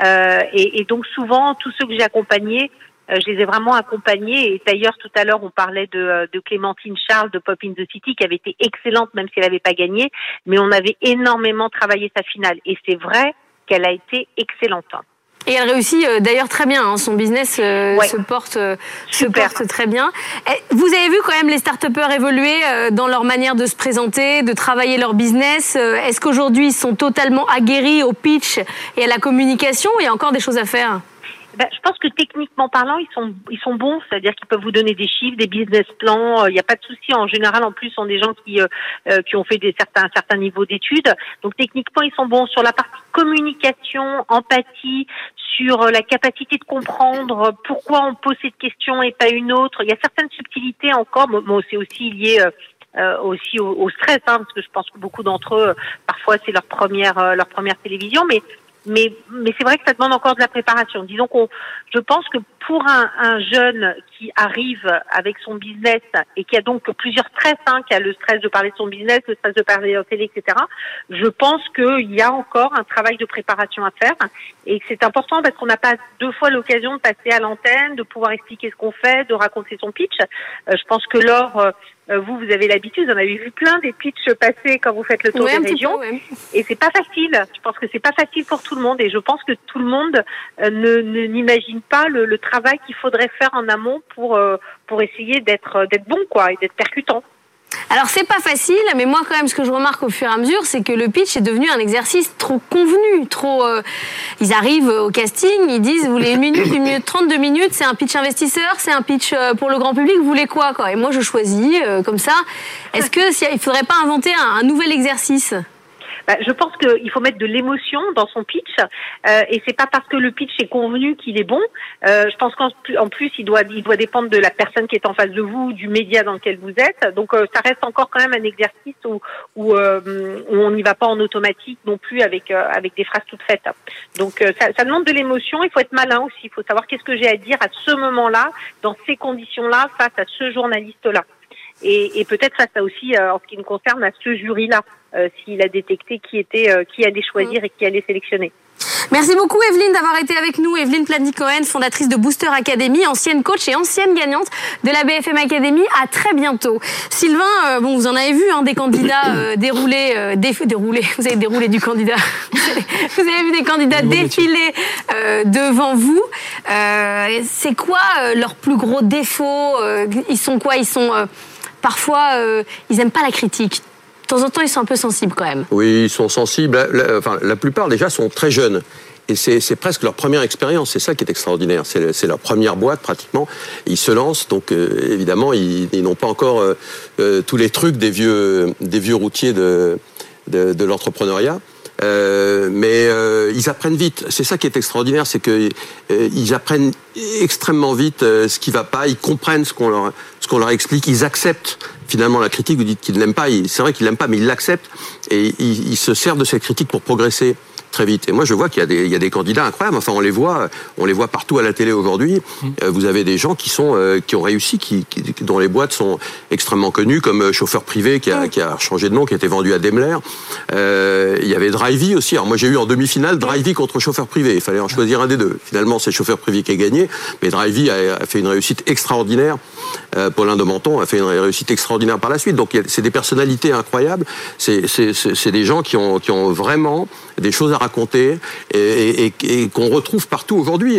Et donc souvent tous ceux que j'ai accompagnés, je les ai vraiment accompagnés. Et d'ailleurs, tout à l'heure, on parlait de Clémentine Charles de Pop in the City, qui avait été excellente, même si elle n'avait pas gagné. Mais on avait énormément travaillé sa finale. Et c'est vrai qu'elle a été excellente. Et elle réussit d'ailleurs très bien. Hein. Son business se porte très bien. Et vous avez vu quand même les start-upers évoluer dans leur manière de se présenter, de travailler leur business. Est-ce qu'aujourd'hui, ils sont totalement aguerris au pitch et à la communication ou il y a encore des choses à faire ? Je pense que techniquement parlant, ils sont bons, c'est-à-dire qu'ils peuvent vous donner des chiffres, des business plans. Il n'y a pas de souci. En général, en plus, ce sont des gens qui ont fait certains niveaux d'études. Donc techniquement, ils sont bons sur la partie communication, empathie, sur la capacité de comprendre pourquoi on pose cette question et pas une autre. Il y a certaines subtilités encore. Bon, c'est aussi lié aussi au stress, hein, parce que je pense que beaucoup d'entre eux, parfois, c'est leur première télévision, mais c'est vrai que ça demande encore de la préparation. Disons je pense que pour un jeune qui arrive avec son business et qui a donc plusieurs stress, qui a le stress de parler de son business, le stress de parler en télé, etc., je pense qu'il y a encore un travail de préparation à faire et que c'est important parce qu'on n'a pas 2 fois l'occasion de passer à l'antenne, de pouvoir expliquer ce qu'on fait, de raconter son pitch. Je pense que Laure, vous avez l'habitude, vous en avez vu plein des pitchs passer quand vous faites le tour des régions. Et c'est pas facile. Je pense que c'est pas facile pour tout le monde et je pense que tout le monde n'imagine pas le travail qu'il faudrait faire en amont pour essayer d'être bon, quoi, et d'être percutant. Alors c'est pas facile, mais moi quand même ce que je remarque au fur et à mesure, c'est que le pitch est devenu un exercice trop convenu, ils arrivent au casting, ils disent vous voulez 1 minute 30, 2 minutes, c'est un pitch investisseur, c'est un pitch pour le grand public, vous voulez quoi ? Et moi je choisis comme ça. Est-ce qu'il faudrait pas inventer un nouvel exercice ? Je pense qu'il faut mettre de l'émotion dans son pitch et c'est pas parce que le pitch est convenu qu'il est bon. Je pense qu'en plus il doit dépendre de la personne qui est en face de vous, du média dans lequel vous êtes. Donc ça reste encore quand même un exercice où on n'y va pas en automatique non plus avec des phrases toutes faites. Donc ça demande de l'émotion. Il faut être malin aussi. Il faut savoir qu'est-ce que j'ai à dire à ce moment-là, dans ces conditions-là, face à ce journaliste-là. Et peut-être face à aussi, en ce qui me concerne, à ce jury-là, s'il a détecté qui allait choisir et qui allait sélectionner. Merci beaucoup Evelyne d'avoir été avec nous. Evelyne Planty-Cohen, fondatrice de Booster Academy, ancienne coach et ancienne gagnante de la BFM Academy. À très bientôt. Sylvain, vous en avez vu des candidats dérouler. Vous avez déroulé du candidat. Vous avez vu des candidats défiler devant vous. C'est quoi leurs plus gros défauts ? Ils sont quoi ? Ils sont parfois, ils n'aiment pas la critique. De temps en temps, ils sont un peu sensibles quand même. Oui, ils sont sensibles. La plupart déjà sont très jeunes. Et c'est presque leur première expérience. C'est ça qui est extraordinaire. C'est leur première boîte pratiquement. Ils se lancent. Donc évidemment, ils n'ont pas encore tous les trucs des vieux routiers de l'entrepreneuriat. Mais ils apprennent vite. C'est ça qui est extraordinaire, c'est que ils apprennent extrêmement vite ce qui va pas. Ils comprennent ce qu'on leur explique. Ils acceptent finalement la critique. Vous dites qu'ils ne l'aiment pas. C'est vrai qu'ils l'aiment pas, mais ils l'acceptent et ils se servent de cette critique pour progresser très vite. Et moi, je vois qu'il y a des candidats incroyables. Enfin, on les voit partout à la télé aujourd'hui. Vous avez des gens qui ont réussi, dont les boîtes sont extrêmement connues, comme Chauffeur Privé, qui a changé de nom, qui a été vendu à Daimler. Il y avait Drivey aussi. Alors moi, j'ai eu en demi-finale Drivey contre Chauffeur Privé. Il fallait en choisir un des deux. Finalement, c'est Chauffeur Privé qui a gagné. Mais Drivey a fait une réussite extraordinaire. Paulin de Menton a fait une réussite extraordinaire par la suite. Donc, c'est des personnalités incroyables. C'est des gens qui ont vraiment des choses à raconter et qu'on retrouve partout aujourd'hui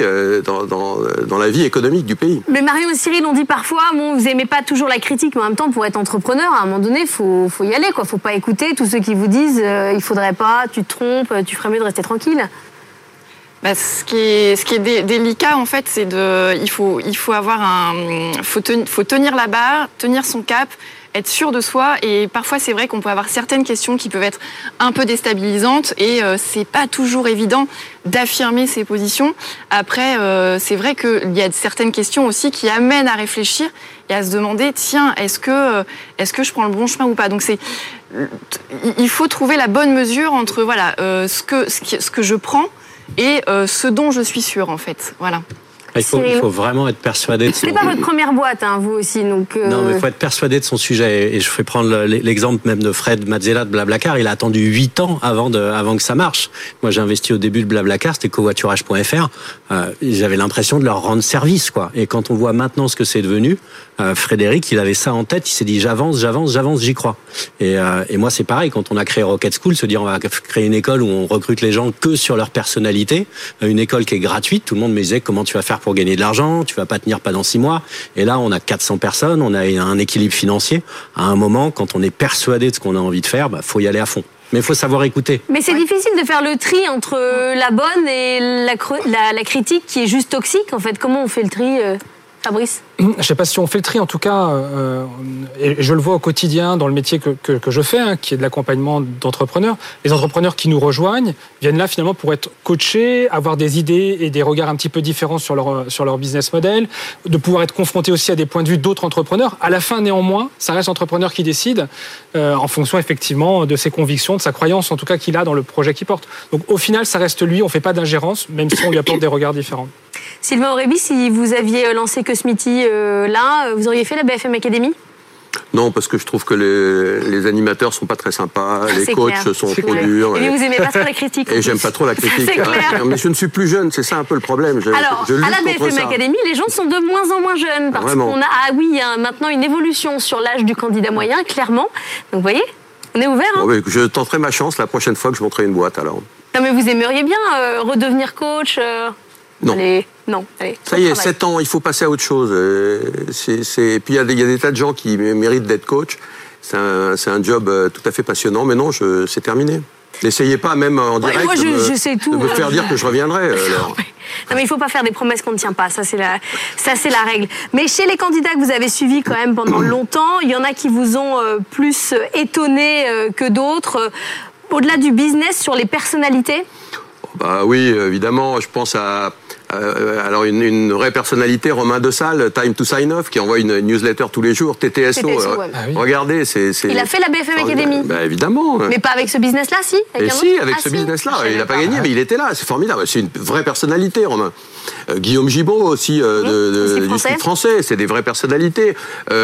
dans la vie économique du pays. Mais Marion et Cyril, on dit parfois, vous aimez pas toujours la critique, mais en même temps, pour être entrepreneur, à un moment donné, faut y aller, quoi. Faut pas écouter tous ceux qui vous disent, il faudrait pas, tu te trompes, tu ferais mieux de rester tranquille. Ce qui est délicat en fait, c'est il faut tenir la barre, tenir son cap, être sûr de soi, et parfois c'est vrai qu'on peut avoir certaines questions qui peuvent être un peu déstabilisantes et c'est pas toujours évident d'affirmer ses positions. Après, c'est vrai qu'il y a certaines questions aussi qui amènent à réfléchir et à se demander, tiens, est-ce que je prends le bon chemin ou pas? Donc il faut trouver la bonne mesure entre ce que je prends et ce dont je suis sûre, en fait. Voilà. Il faut vraiment être persuadé de son... C'est pas votre première boîte, hein, vous aussi. Donc Non, mais il faut être persuadé de son sujet. Et je fais prendre l'exemple même de Fred Mazzella de Blablacar. Il a attendu 8 ans avant que ça marche. Moi, j'ai investi au début de Blablacar, c'était covoiturage.fr. J'avais l'impression de leur rendre service, quoi. Et quand on voit maintenant ce que c'est devenu, Frédéric, il avait ça en tête. Il s'est dit, j'avance, j'y crois. Et moi, c'est pareil. Quand on a créé Rocket School, se dire, on va créer une école où on recrute les gens que sur leur personnalité. Une école qui est gratuite. Tout le monde me disait, comment tu vas faire pour gagner de l'argent, tu vas pas tenir pendant 6 mois. Et là, on a 400 personnes, on a un équilibre financier. À un moment, quand on est persuadé de ce qu'on a envie de faire, faut y aller à fond. Mais il faut savoir écouter. Mais c'est difficile de faire le tri entre la bonne et la critique qui est juste toxique, en fait. Comment on fait le tri, Fabrice ? Je ne sais pas si on fait le tri, en tout cas, et je le vois au quotidien dans le métier que je fais, hein, qui est de l'accompagnement d'entrepreneurs. Les entrepreneurs qui nous rejoignent viennent là finalement pour être coachés, avoir des idées et des regards un petit peu différents sur leur business model, de pouvoir être confrontés aussi à des points de vue d'autres entrepreneurs. À la fin, néanmoins, ça reste l'entrepreneur qui décide en fonction effectivement de ses convictions, de sa croyance en tout cas qu'il a dans le projet qu'il porte. Donc au final, ça reste lui, on ne fait pas d'ingérence, même si on lui apporte des regards différents. Sylvain Aurébi, si vous aviez lancé Cosmity là, vous auriez fait la BFM Academy ? Non, parce que je trouve que les animateurs sont pas très sympas, les coachs sont trop durs. Et vous aimez pas trop la critique. Et j'aime pas trop la critique. C'est clair. Mais je ne suis plus jeune, c'est ça un peu le problème. Alors, à la BFM Academy, les gens sont de moins en moins jeunes parce qu'on a, il y a maintenant une évolution sur l'âge du candidat moyen, clairement. Donc, vous voyez, on est ouvert. Hein. Je tenterai ma chance la prochaine fois que je monterai une boîte, alors. Non, mais vous aimeriez bien redevenir coach Non. Allez, ça y est, 7 ans, il faut passer à autre chose. Et puis il y a des tas de gens qui méritent d'être coach. C'est un job tout à fait passionnant, mais non, c'est terminé. N'essayez pas, même en direct, moi, je sais tout, de me faire dire que je reviendrai. Non, mais il ne faut pas faire des promesses qu'on ne tient pas, ça c'est la règle. Mais chez les candidats que vous avez suivis quand même pendant longtemps, il y en a qui vous ont plus étonné que d'autres. Au-delà du business, sur les personnalités ? Oui, évidemment, je pense à alors une vraie personnalité, Romain Dessal, Time to Sign Off, qui envoie une newsletter tous les jours, TTSO. Regardez, c'est... Il a fait la BFM Academy. Évidemment. Mais pas avec ce business-là, si? Avec ce business-là. Il n'a pas gagné, mais il était là. C'est formidable. C'est une vraie personnalité, Romain. Guillaume Gibault aussi, du Speed français. C'est des vraies personnalités.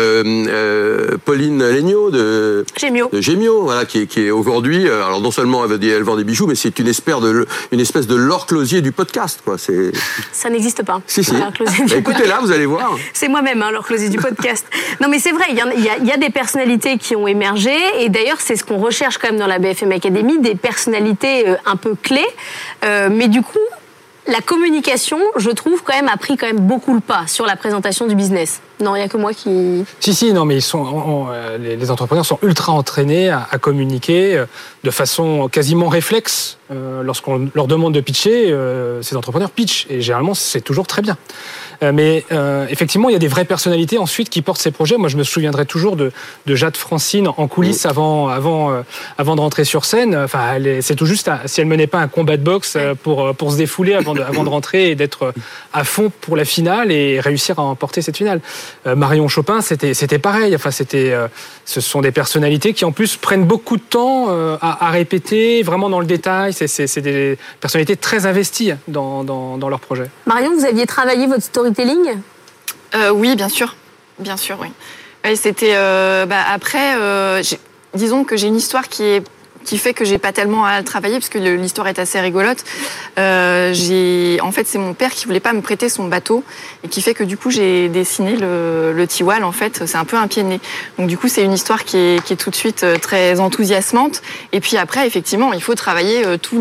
Pauline Legnaud de Gémio, voilà, qui est aujourd'hui, alors non seulement elle vend des bijoux, mais c'est une espèce de Laure Closier du podcast, quoi. Ça n'existe pas. Si. Écoutez-là, vous allez voir. C'est moi-même, Laure Closier du podcast. Non, mais c'est vrai, il y a des personnalités qui ont émergé, et d'ailleurs, c'est ce qu'on recherche quand même dans la BFM Academy, des personnalités un peu clés. Mais du coup, la communication, je trouve, quand même, a pris quand même beaucoup le pas sur la présentation du business. Non, il n'y a que moi qui... Si, non, mais les entrepreneurs sont ultra entraînés à communiquer de façon quasiment réflexe. Lorsqu'on leur demande de pitcher, ces entrepreneurs pitchent, et généralement, c'est toujours très bien. Mais effectivement, il y a des vraies personnalités ensuite qui portent ces projets. Moi, je me souviendrai toujours de Jade Francine en coulisses avant de rentrer sur scène. Enfin, c'est tout juste si elle menait pas un combat de boxe pour se défouler avant de rentrer et d'être à fond pour la finale et réussir à emporter cette finale. Marion Chopin, c'était pareil. Enfin, ce sont des personnalités qui en plus prennent beaucoup de temps à répéter, vraiment dans le détail. C'est des personnalités très investies dans leur projet. Marion, vous aviez travaillé votre storytelling ? Oui, bien sûr, oui. Et c'était après. Disons que j'ai une histoire qui fait que j'ai pas tellement à le travailler parce que l'histoire est assez rigolote. En fait, c'est mon père qui voulait pas me prêter son bateau et qui fait que du coup j'ai dessiné le Tiwal. En fait, c'est un peu un pied de nez. Donc du coup, c'est une histoire qui est tout de suite très enthousiasmante. Et puis après, effectivement, il faut travailler toute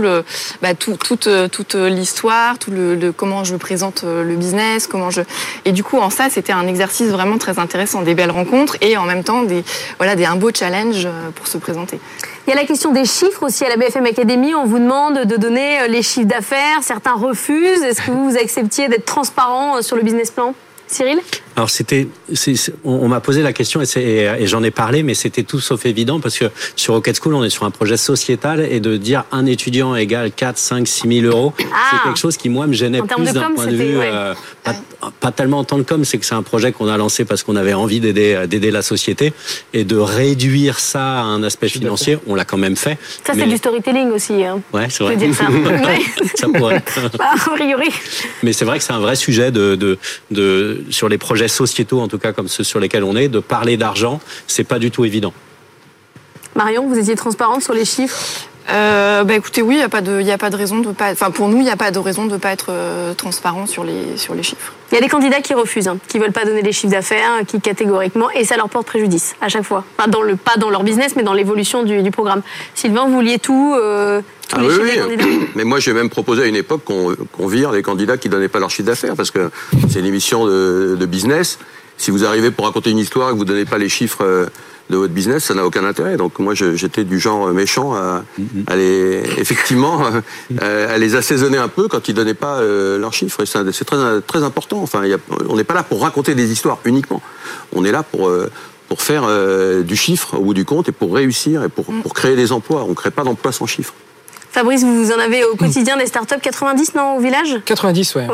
l'histoire, comment je présente le business, Et du coup, en ça, c'était un exercice vraiment très intéressant, des belles rencontres et en même temps un beau challenge pour se présenter. Il y a la question des chiffres aussi à la BFM Academy. On vous demande de donner les chiffres d'affaires. Certains refusent. Est-ce que vous acceptiez d'être transparent sur le business plan ? Cyril ? Alors on m'a posé la question et j'en ai parlé, mais c'était tout sauf évident parce que sur Rocket School, on est sur un projet sociétal et de dire un étudiant égale 4, 5, 6 000 euros, c'est quelque chose qui, moi, me gênait plus d'un point de vue, pas tellement en tant que com, c'est que c'est un projet qu'on a lancé parce qu'on avait envie d'aider la société et de réduire ça à un aspect financier, on l'a quand même fait. Ça, c'est du storytelling aussi. Hein. Ouais, c'est vrai. Je veux dire ça. Ça pourrait. A priori. Mais c'est vrai que c'est un vrai sujet sur les projets sociétaux, en tout cas comme ceux sur lesquels on est, de parler d'argent, c'est pas du tout évident. Marion, vous étiez transparente sur les chiffres ? Écoutez, oui, il y a pas de raison de pas. Enfin, pour nous, il n'y a pas de raison de pas être transparent sur les chiffres. Il y a des candidats qui refusent, qui veulent pas donner les chiffres d'affaires, qui catégoriquement, et ça leur porte préjudice à chaque fois. Enfin, pas dans leur business, mais dans l'évolution du programme. Sylvain, vous vouliez tout. Oui. Mais moi, j'ai même proposé à une époque qu'on vire les candidats qui donnaient pas leur chiffre d'affaires, parce que c'est une émission de business. Si vous arrivez pour raconter une histoire et que vous donnez pas les chiffres de votre business, ça n'a aucun intérêt. Donc moi, j'étais du genre méchant à les assaisonner un peu quand ils donnaient pas leurs chiffres. Et c'est très, très important. Enfin, on n'est pas là pour raconter des histoires uniquement. On est là pour faire du chiffre au bout du compte et pour réussir et pour créer des emplois. On ne crée pas d'emplois sans chiffres. Fabrice, vous en avez au quotidien des startups 90, non, au village ? 90, ouais.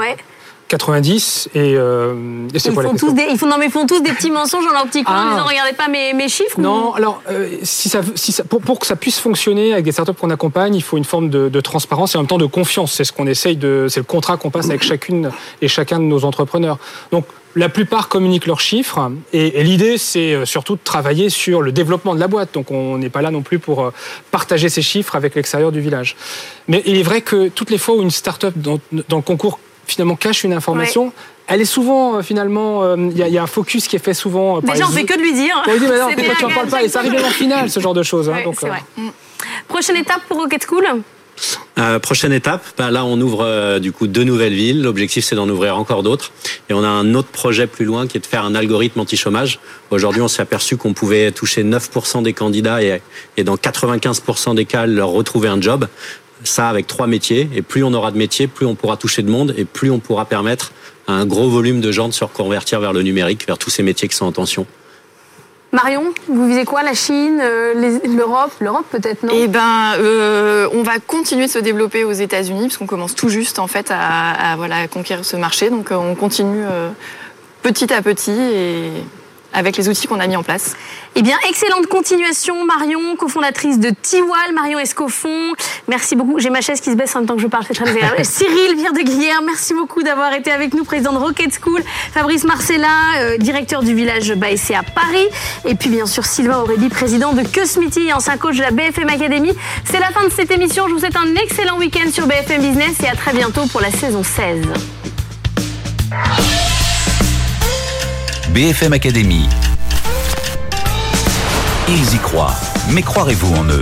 90 et c'est quoi la question ? Ils font tous des petits mensonges dans leur petit coin en disant regardez pas mes chiffres. Non, alors pour que ça puisse fonctionner avec des startups qu'on accompagne, il faut une forme de transparence et en même temps de confiance. C'est ce qu'on essaye c'est le contrat qu'on passe avec chacune et chacun de nos entrepreneurs. Donc la plupart communiquent leurs chiffres et l'idée c'est surtout de travailler sur le développement de la boîte. Donc on n'est pas là non plus pour partager ces chiffres avec l'extérieur du village. Mais il est vrai que toutes les fois où une startup dans le concours finalement cache une information, elle est souvent finalement, il y a un focus qui est fait souvent. Déjà, on fait que de lui dire. On lui dit mais non, pourquoi tu en parles pas ? Et ça arrive en finale, ce genre de choses. Donc, c'est vrai. Prochaine étape pour Rocket School ? Prochaine étape, là on ouvre du coup 2 nouvelles villes. L'objectif c'est d'en ouvrir encore d'autres. Et on a un autre projet plus loin qui est de faire un algorithme anti-chômage. Aujourd'hui on s'est aperçu qu'on pouvait toucher 9% des candidats et dans 95% des cas leur retrouver un job. Ça avec 3 métiers, et plus on aura de métiers, plus on pourra toucher de monde, et plus on pourra permettre à un gros volume de gens de se reconvertir vers le numérique, vers tous ces métiers qui sont en tension. Marion, vous visez quoi ? La Chine, l'Europe peut-être, non ? On va continuer de se développer aux États-Unis, parce qu'on commence tout juste en fait à conquérir ce marché, donc on continue petit à petit et avec les outils qu'on a mis en place. Eh bien, excellente continuation, Marion, cofondatrice de Tiwal, Marion Escoffon. Merci beaucoup. J'ai ma chaise qui se baisse en même temps que je parle, c'est très agréable. Cyril Pierre de Guillière, merci beaucoup d'avoir été avec nous, président de Rocket School. Fabrice Marcella, directeur du village Baessé à Paris. Et puis, bien sûr, Sylvain Aurébi, président de Cosmity, ancien coach de la BFM Academy. C'est la fin de cette émission. Je vous souhaite un excellent week-end sur BFM Business et à très bientôt pour la saison 16. BFM Academy. Ils y croient, mais croirez-vous en eux ?